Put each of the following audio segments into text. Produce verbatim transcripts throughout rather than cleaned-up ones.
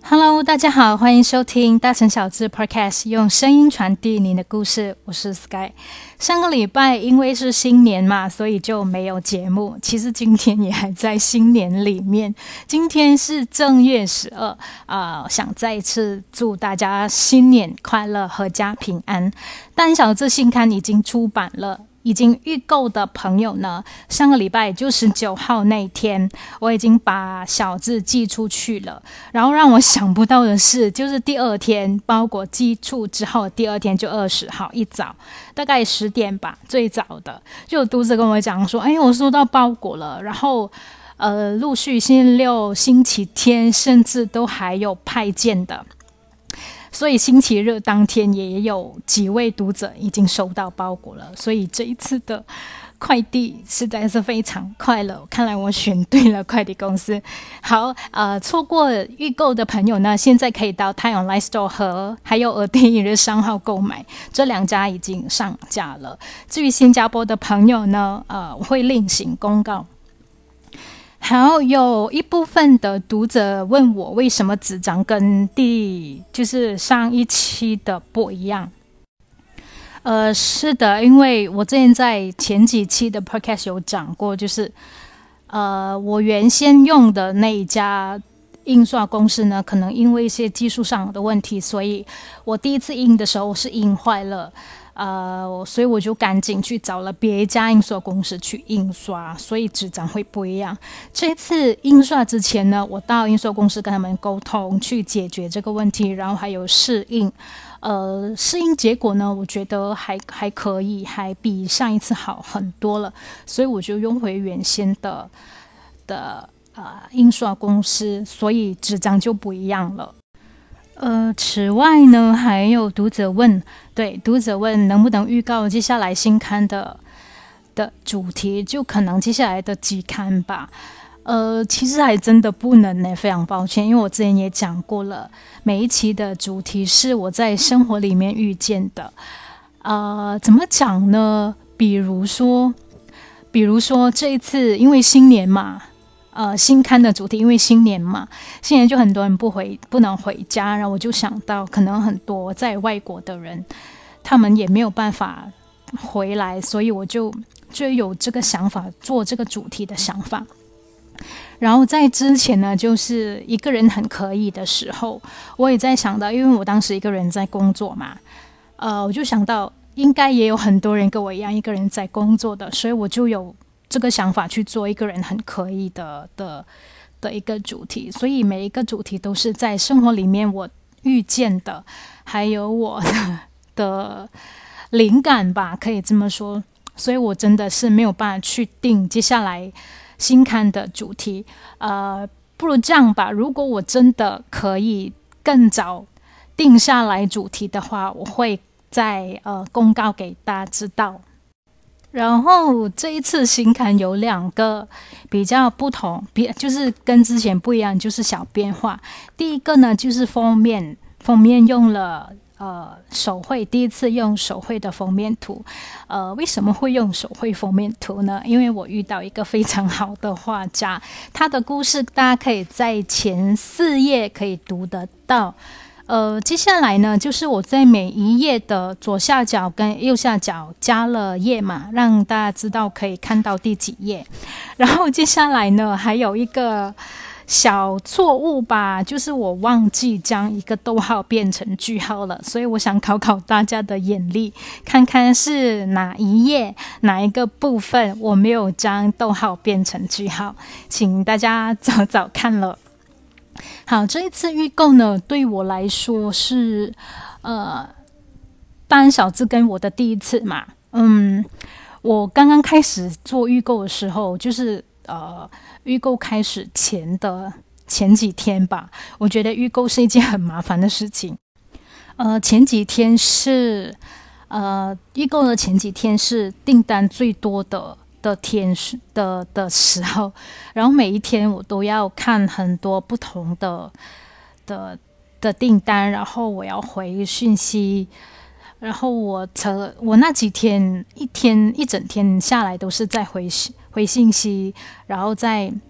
Hello， 大家好，欢迎收听大城小智 Podcast， 用声音传递您的故事。我是 Sky。上个礼拜因为是新年嘛，所以就没有节目。其实今天也还在新年里面，今天是正月十二啊、呃，想再一次祝大家新年快乐，阖家平安。大城小智新刊已经出版了。已经预购的朋友呢，上个礼拜就十九号那天，我已经把小字寄出去了。然后让我想不到的是，就是第二天包裹寄出之后，第二天就二十号一早，大概十点吧，最早的就有读者跟我讲说：“哎，我收到包裹了。”然后呃，陆续星期六、星期天，甚至都还有派件的。所以星期日当天也有几位读者已经收到包裹了，所以这一次的快递实在是非常快了，看来我选对了快递公司。好，呃，错过预购的朋友呢，现在可以到太阳 Online Store 和还有耳钉一日商号购买，这两家已经上架了。至于新加坡的朋友呢，呃，我会另行公告。好，有一部分的读者问我为什么纸张跟第就是上一期的不一样。呃，是的，因为我之前在前几期的 podcast 有讲过，就是呃，我原先用的那一家印刷公司呢，可能因为一些技术上的问题，所以我第一次印的时候是印坏了。呃，所以我就赶紧去找了别家印刷公司去印刷，所以纸张会不一样。这次印刷之前呢，我到印刷公司跟他们沟通，去解决这个问题，然后还有试印。呃，试印结果呢，我觉得还还可以，还比上一次好很多了，所以我就用回原先的的呃印刷公司，所以纸张就不一样了。呃，此外呢，还有读者问，对，读者问能不能预告接下来新刊的的主题，就可能接下来的几刊吧。呃，其实还真的不能呢，非常抱歉，因为我之前也讲过了，每一期的主题是我在生活里面遇见的。呃，怎么讲呢？比如说，比如说这一次因为新年嘛。呃，新刊的主题，因为新年嘛，新年就很多人不回，不能回家，然后我就想到，可能很多在外国的人，他们也没有办法回来，所以我就就有这个想法，做这个主题的想法。然后在之前呢，就是一个人很可以的时候，我也在想到，因为我当时一个人在工作嘛，呃，我就想到应该也有很多人跟我一样一个人在工作的，所以我就有这个想法去做一个人很可以的的的一个主题，所以每一个主题都是在生活里面我遇见的，还有我的的灵感吧，可以这么说。所以我真的是没有办法去定接下来新刊的主题。呃，不如这样吧，如果我真的可以更早定下来主题的话，我会再呃公告给大家知道。然后这一次新刊有两个比较不同，比就是跟之前不一样，就是小变化。第一个呢，就是封面，封面用了呃手绘，第一次用手绘的封面图。呃，为什么会用手绘封面图呢？因为我遇到一个非常好的画家，他的故事大家可以在前四页可以读得到。呃，接下来呢，就是我在每一页的左下角跟右下角加了页码，让大家知道可以看到第几页。然后接下来呢，还有一个小错误吧，就是我忘记将一个逗号变成句号了，所以我想考考大家的眼力，看看是哪一页哪一个部分我没有将逗号变成句号，请大家找找看了。好，这一次预购呢，对我来说是呃，当然小智跟我的第一次嘛。嗯，我刚刚开始做预购的时候，就是呃，预购开始前的前几天吧，我觉得预购是一件很麻烦的事情。呃，前几天是呃，预购的前几天是订单最多的。的天的的时候，然后每一天我都要看很多不同的的的订单，然后我要回讯息，然后我我那几天一天一整天下来都是在回回信息，然后再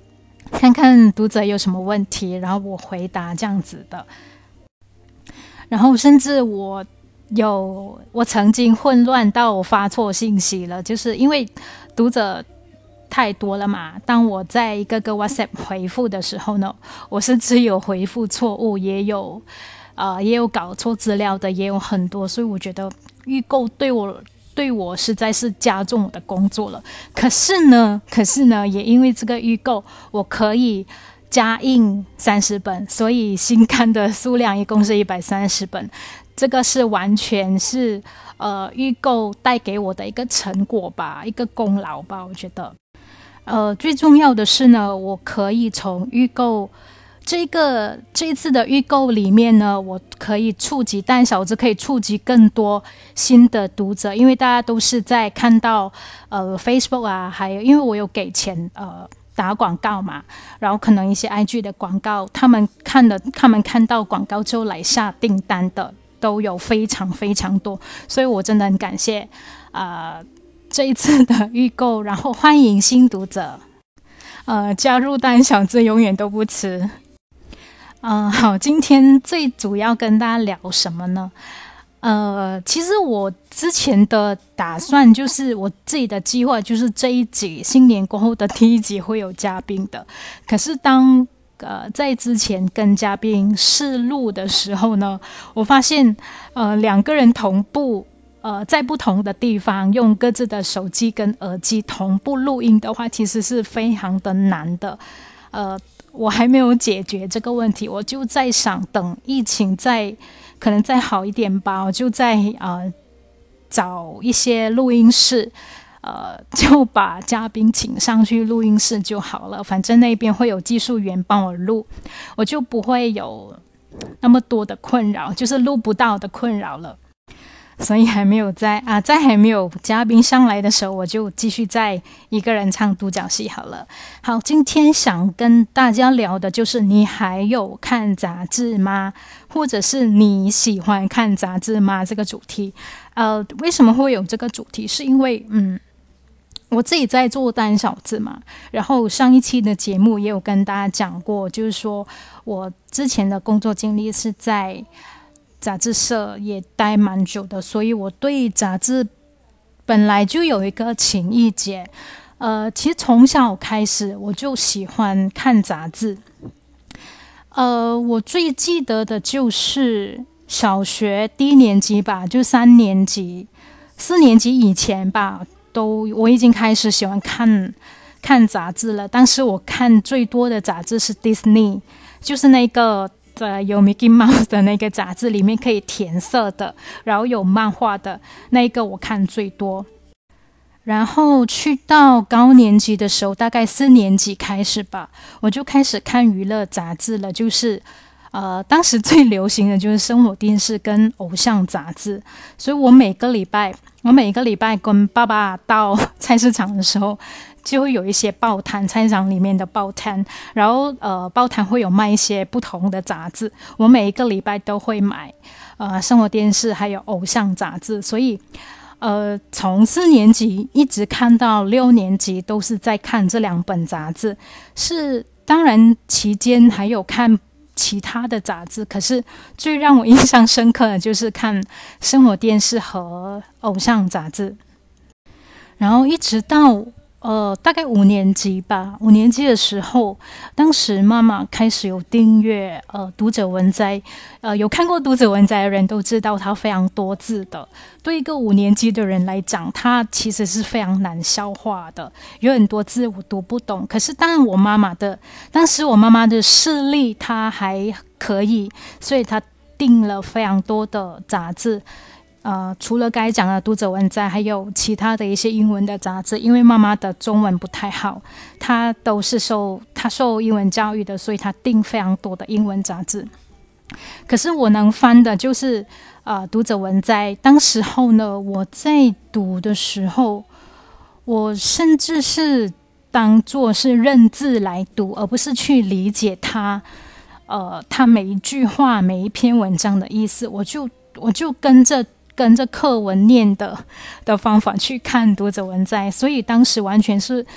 看看读者有什么问题，然后我回答这样子的。然后甚至我有我曾经混乱到我发错信息了，就是因为读者太多了嘛，当我在一个个 WhatsApp 回复的时候呢，我甚至有回复错误，也有呃也有搞错资料的，也有很多，所以我觉得预购对我对我实在是加重我的工作了。可是呢可是呢也因为这个预购，我可以加印三十本，所以新刊的数量一共是一百三十本。这个是完全是呃预购带给我的一个成果吧，一个功劳吧，我觉得。呃，最重要的是呢，我可以从预购这个这一次的预购里面呢，我可以触及蛋小子，可以触及更多新的读者，因为大家都是在看到呃 Facebook 啊，还有因为我有给钱呃。打广告嘛，然后可能一些 I G 的广告，他们看的，他们看到广告之后来下订单的都有非常非常多，所以我真的很感谢呃这一次的预购，然后欢迎新读者，呃加入蛋小子永远都不迟。呃好，今天最主要跟大家聊什么呢？呃，其实我之前的打算就是我自己的计划就是这一集新年过后的第一集会有嘉宾的，可是当呃在之前跟嘉宾试录的时候呢，我发现呃两个人同步呃在不同的地方用各自的手机跟耳机同步录音的话，其实是非常的难的。呃，我还没有解决这个问题，我就在想等疫情再可能再好一点吧，我就在呃找一些录音室，呃就把嘉宾请上去录音室就好了，反正那边会有技术员帮我录，我就不会有那么多的困扰，就是录不到的困扰了。所以还没有在啊，在还没有嘉宾上来的时候，我就继续在一个人唱独角戏好了。好，今天想跟大家聊的就是你还有看杂志吗？或者是你喜欢看杂志吗？这个主题，呃，为什么会有这个主题？是因为嗯，我自己在做蛋小子嘛，然后上一期的节目也有跟大家讲过，就是说我之前的工作经历是在杂志社也待蛮久的，所以我对杂志本来就有一个情意结。呃，其实从小开始我就喜欢看杂志。呃，我最记得的就是小学低年级吧，就三年级、四年级以前吧，都我已经开始喜欢看看杂志了。当时我看最多的杂志是 Disney， 就是那个。呃，有 Mickey Mouse 的那个杂志，里面可以填色的，然后有漫画的那一个我看最多。然后去到高年级的时候，大概四年级开始吧，我就开始看娱乐杂志了，就是呃，当时最流行的就是生活电视跟偶像杂志，所以我每个礼拜，我每个礼拜跟爸爸到菜市场的时候，就会有一些报摊，菜市场里面的报摊，然后呃，报摊会有卖一些不同的杂志，我每一个礼拜都会买呃生活电视还有偶像杂志，所以呃从四年级一直看到六年级都是在看这两本杂志，是当然期间还有看其他的杂志，可是最让我印象深刻的就是看生活电视和偶像杂志，然后一直到呃，大概五年级吧，五年级的时候，当时妈妈开始有订阅呃读者文摘，呃，有看过读者文摘的人都知道它非常多字的，对一个五年级的人来讲，它其实是非常难消化的，有很多字我读不懂。可是当然我妈妈的，当时我妈妈的视力她还可以，所以她订了非常多的杂志。呃，除了刚才讲的读者文摘，还有其他的一些英文的杂志，因为妈妈的中文不太好，她都是受她受英文教育的，所以她订非常多的英文杂志。可是我能翻的就是呃读者文摘。当时候呢，我在读的时候，我甚至是当作是认字来读，而不是去理解它，呃，它每一句话、每一篇文章的意思，我就我就跟着。跟着课文念的的方法去看读者文摘，所以当时完全是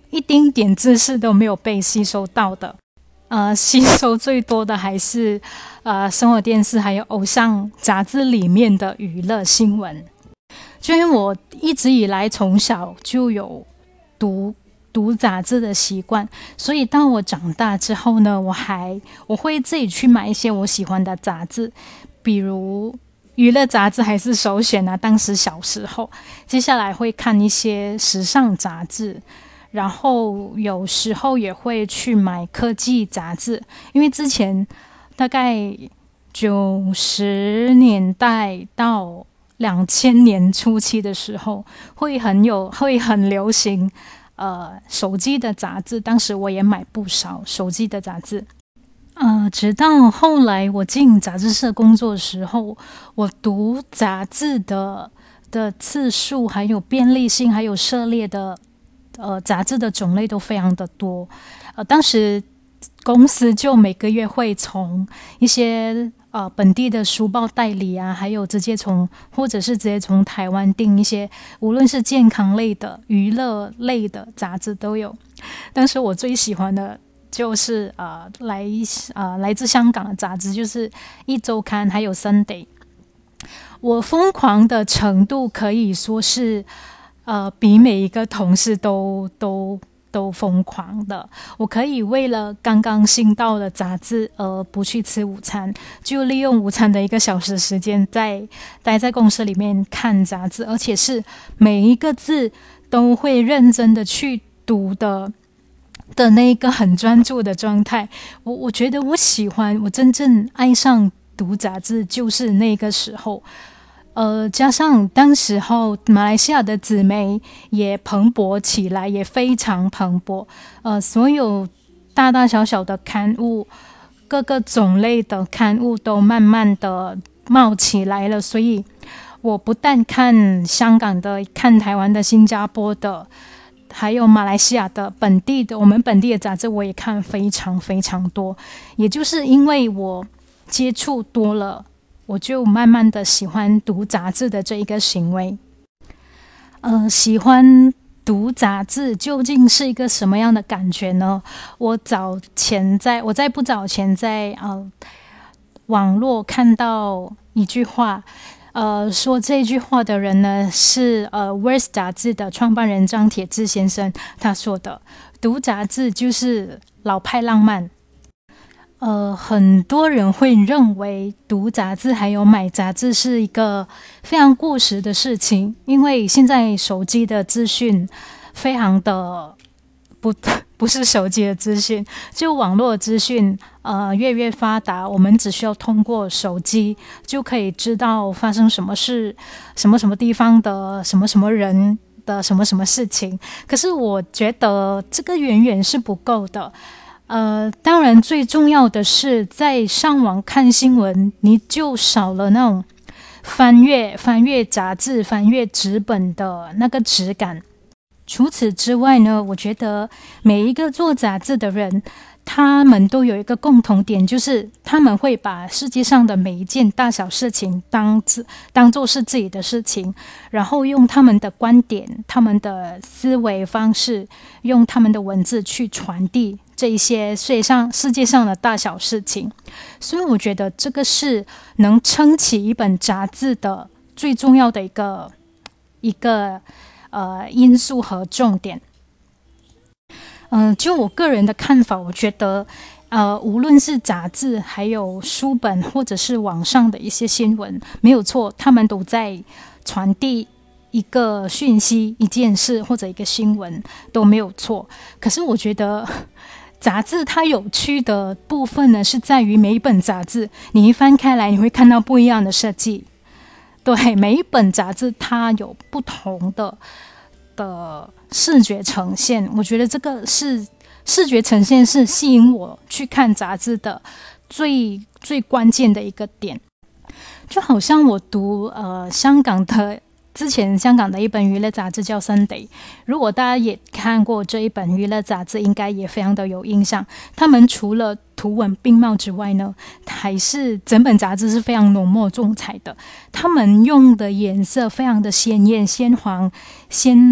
一丁点知识都没有被吸收到的。呃，吸收最多的还是呃生活电视还有偶像杂志里面的娱乐新闻。就因为我一直以来从小就有读读杂志的习惯，所以当我长大之后呢，我还我会自己去买一些我喜欢的杂志，比如娱乐杂志还是首选啊，当时小时候。接下来会看一些时尚杂志，然后有时候也会去买科技杂志，因为之前大概九十年代到两千年初期的时候，会很有会很流行呃手机的杂志，当时我也买不少手机的杂志。呃，直到后来我进杂志社工作的时候，我读杂志的的次数，还有便利性，还有涉猎的呃杂志的种类都非常的多。呃，当时公司就每个月会从一些呃本地的书报代理啊，还有直接从或者是直接从台湾订一些，无论是健康类的、娱乐类的杂志都有。当时我最喜欢的就是呃来呃来自香港的杂志，就是一周刊还有 Sunday。我疯狂的程度可以说是呃比每一个同事都都都疯狂的。我可以为了刚刚新到的杂志而不去吃午餐，就利用午餐的一个小时时间在待在公司里面看杂志，而且是每一个字都会认真的去读的的那个很专注的状态。我我觉得我喜欢，我真正爱上读杂志就是那个时候。呃，加上当时候马来西亚的纸媒也蓬勃起来，也非常蓬勃。呃，所有大大小小的刊物，各个种类的刊物都慢慢的冒起来了。所以我不但看香港的，看台湾的、新加坡的，还有马来西亚的本地的，我们本地的杂志我也看非常非常多。也就是因为我接触多了，我就慢慢的喜欢读杂志的这一个行为。呃，喜欢读杂志究竟是一个什么样的感觉呢？我早前在我在不早前在呃网络看到一句话，呃，说这句话的人呢是呃《Words》杂志的创办人张铁志先生，他说的，读杂志就是老派浪漫。呃，很多人会认为读杂志还有买杂志是一个非常过时的事情，因为现在手机的资讯非常的不不是手机的资讯，就网络资讯呃越越发达，我们只需要通过手机就可以知道发生什么事，什么什么地方的什么什么人的什么什么事情。可是我觉得这个远远是不够的。呃，当然最重要的是在上网看新闻，你就少了那种翻阅翻阅杂志、翻阅纸本的那个质感。除此之外呢，我觉得每一个做杂志的人，他们都有一个共同点，就是他们会把世界上的每一件大小事情当当作是自己的事情，然后用他们的观点、他们的思维方式，用他们的文字去传递这一些世界上世界上的大小事情。所以我觉得这个是能撑起一本杂志的最重要的一个一个呃因素和重点。嗯、呃，就我个人的看法，我觉得呃，无论是杂志还有书本或者是网上的一些新闻，没有错，他们都在传递一个讯息、一件事或者一个新闻，都没有错。可是我觉得杂志它有趣的部分呢，是在于每一本杂志你一翻开来，你会看到不一样的设计。对，每一本杂志它有不同的的视觉呈现，我觉得这个是视觉呈现是吸引我去看杂志的最最关键的一个点。就好像我读呃香港的之前香港的一本娱乐杂志叫 Sunday， 如果大家也看过这一本娱乐杂志，应该也非常的有印象。他们除了图文并茂之外呢，还是整本杂志是非常浓墨重彩的。他们用的颜色非常的鲜艳、鲜黄、鲜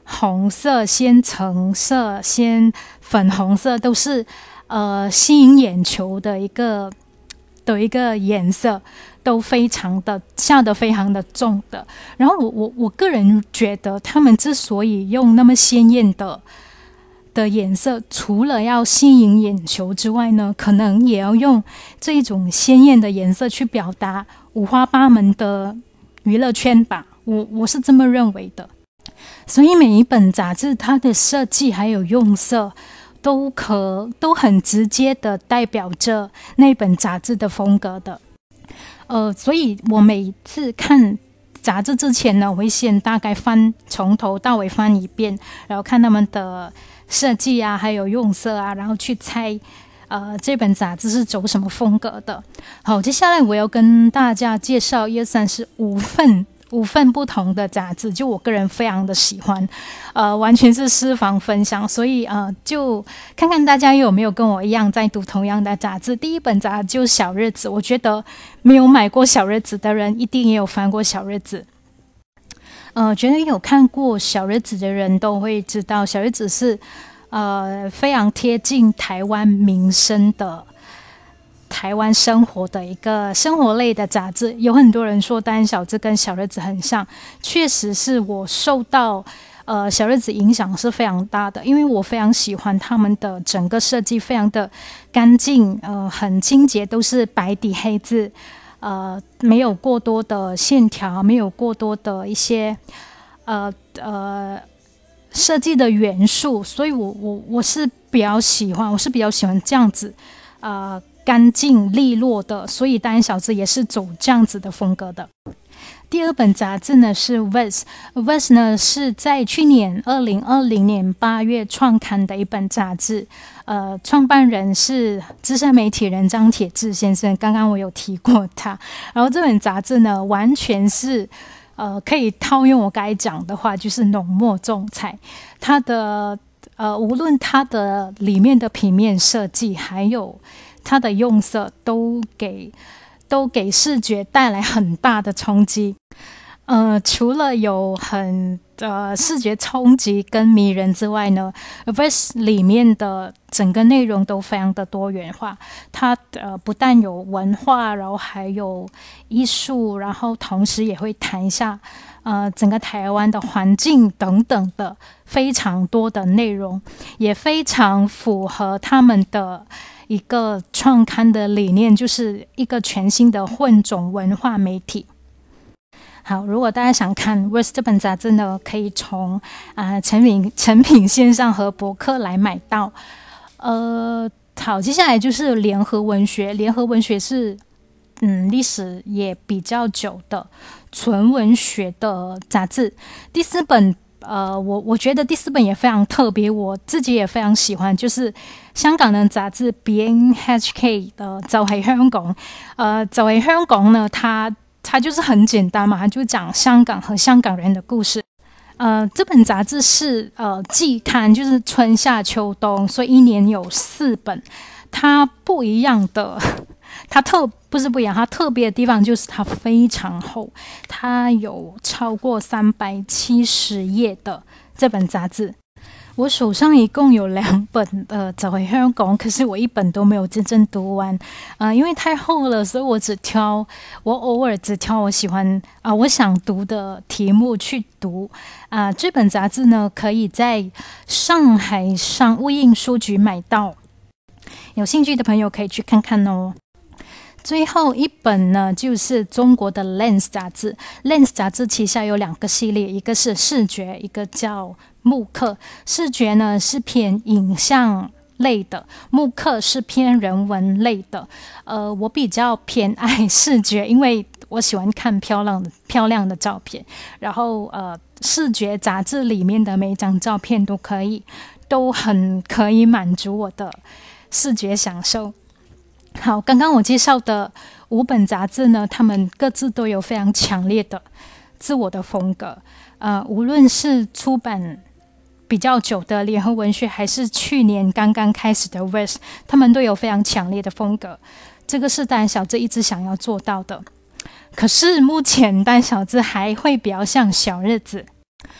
红色、鲜橙色、鲜粉红色，都是呃吸引眼球的一个的一个颜色，都非常的下得非常的重的。然后我我我个人觉得，他们之所以用那么鲜艳的的颜色，除了要吸引眼球之外呢，可能也要用这一种鲜艳的颜色去表达五花八门的娱乐圈吧。我我是这么认为的。所以每一本杂志它的设计还有用色都可都很直接的代表着那本杂志的风格的。呃，所以我每次看杂志之前呢，我会先大概翻从头到尾翻一遍，然后看他们的设计啊，还有用色啊，然后去猜呃这本杂志是走什么风格的。好，接下来我要跟大家介绍一二三四五份五份不同的杂志，就我个人非常的喜欢，呃，完全是私房分享，所以呃，就看看大家有没有跟我一样在读同样的杂志。第一本杂志就是小日子，我觉得没有买过小日子的人一定也有翻过小日子。呃，觉得有看过小日子的人都会知道，小日子是呃非常贴近台湾民生的。台湾生活的一个生活类的杂志，有很多人说大人小志跟小日子很像，确实是我受到呃小日子影响是非常大的，因为我非常喜欢他们的整个设计，非常的干净，呃，很清洁，都是白底黑字，呃，没有过多的线条，没有过多的一些呃呃设计的元素，所以我我我是比较喜欢，我是比较喜欢这样子，呃。干净利落的，所以大人小志也是走这样子的风格的。第二本杂志呢是 Vice，Vice 呢是在去年二零二零年八月创刊的一本杂志，呃，创办人是资深媒体人张铁志先生，刚刚我有提过他。然后这本杂志呢，完全是呃可以套用我刚才讲的话，就是浓墨重彩，它的呃无论它的里面的平面设计，还有它的用色都给都给视觉带来很大的冲击。呃，除了有很呃视觉冲击跟迷人之外呢 ，Verse 里面的整个内容都非常的多元化。它呃不但有文化，然后还有艺术，然后同时也会谈一下呃整个台湾的环境等等的非常多的内容，也非常符合他们的一个创刊的理念，就是一个全新的混种文化媒体。好，如果大家想看 Verse 这本杂志呢，可以从啊、呃、成品成品线上和博客来买到。呃，好，接下来就是联合文学，联合文学是嗯历史也比较久的纯文学的杂志。第四本。呃，我我觉得第四本也非常特别，我自己也非常喜欢，就是香港的杂志 B N H K 的《就係香港》。呃，就係香港呢，它它就是很简单嘛，它就讲香港和香港人的故事。呃，这本杂志是呃季刊，就是春夏秋冬，所以一年有四本。它不一样的。它特不是不一样，它特别的地方就是它非常厚，它有超过三百七十页的这本杂志。我手上一共有两本的《走回香港》，可是我一本都没有真正读完，呃，因为太厚了，所以我只挑我偶尔只挑我喜欢啊、呃、我想读的题目去读啊、呃。这本杂志呢，可以在上海商务印书局买到，有兴趣的朋友可以去看看哦。最后一本呢，就是中国的 Lens 杂志。Lens 杂志旗下有两个系列，一个是视觉，一个叫木刻。视觉呢是偏影像类的，木刻是偏人文类的。呃，我比较偏爱视觉，因为我喜欢看漂亮的漂亮的照片。然后呃，视觉杂志里面的每一张照片都可以，都很可以满足我的视觉享受。好，刚刚我介绍的五本杂志呢，他们各自都有非常强烈的自我的风格。呃，无论是出版比较久的联合文学，还是去年刚刚开始的 Verse， 他们都有非常强烈的风格。这个是单小志一直想要做到的。可是目前单小志还会比较像小日子。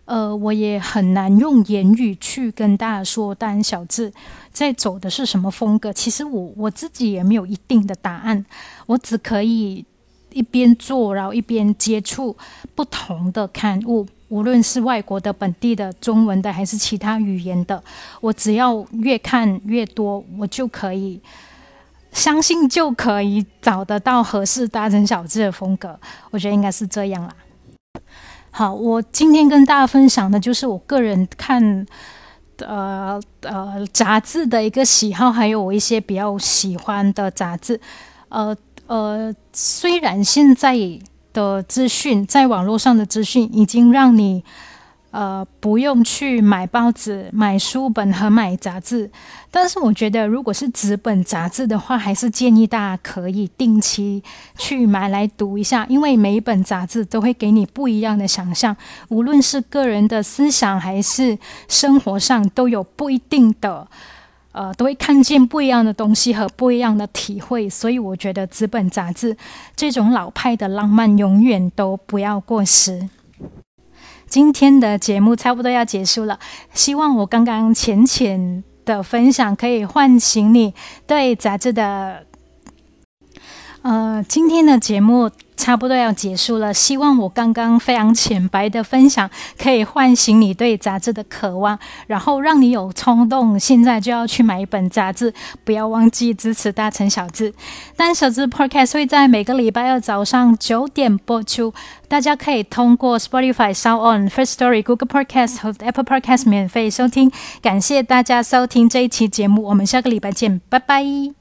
呃，我也很难用言语去跟大家说大人小智在走的是什么风格。其实我我自己也没有一定的答案，我只可以一边做，然后一边接触不同的刊物，无论是外国的、本地的、中文的还是其他语言的，我只要越看越多，我就可以相信就可以找得到合适大城小智的风格。我觉得应该是这样啦。好，我今天跟大家分享的就是我个人看呃呃杂志的一个喜好，还有我一些比较喜欢的杂志。呃呃，虽然现在的资讯，在网络上的资讯已经让你呃不用去买报纸、买书本和买杂志，但是我觉得如果是纸本杂志的话，还是建议大家可以定期去买来读一下，因为每一本杂志都会给你不一样的想象，无论是个人的思想还是生活上，都有不一定的呃，都会看见不一样的东西和不一样的体会。所以我觉得纸本杂志这种老派的浪漫永远都不要过时。今天的节目差不多要结束了，希望我刚刚浅浅的分享可以唤醒你对杂志的呃，今天的节目差不多要结束了，希望我刚刚非常浅白的分享可以唤醒你对杂志的渴望，然后让你有冲动现在就要去买一本杂志。不要忘记支持大城小智。大城小智 Podcast 会在每个礼拜二早上九点播出，大家可以通过 Spotify、SoundOn、Firstory、Google Podcast 和 Apple Podcast 免费收听。感谢大家收听这一期节目，我们下个礼拜见，拜拜。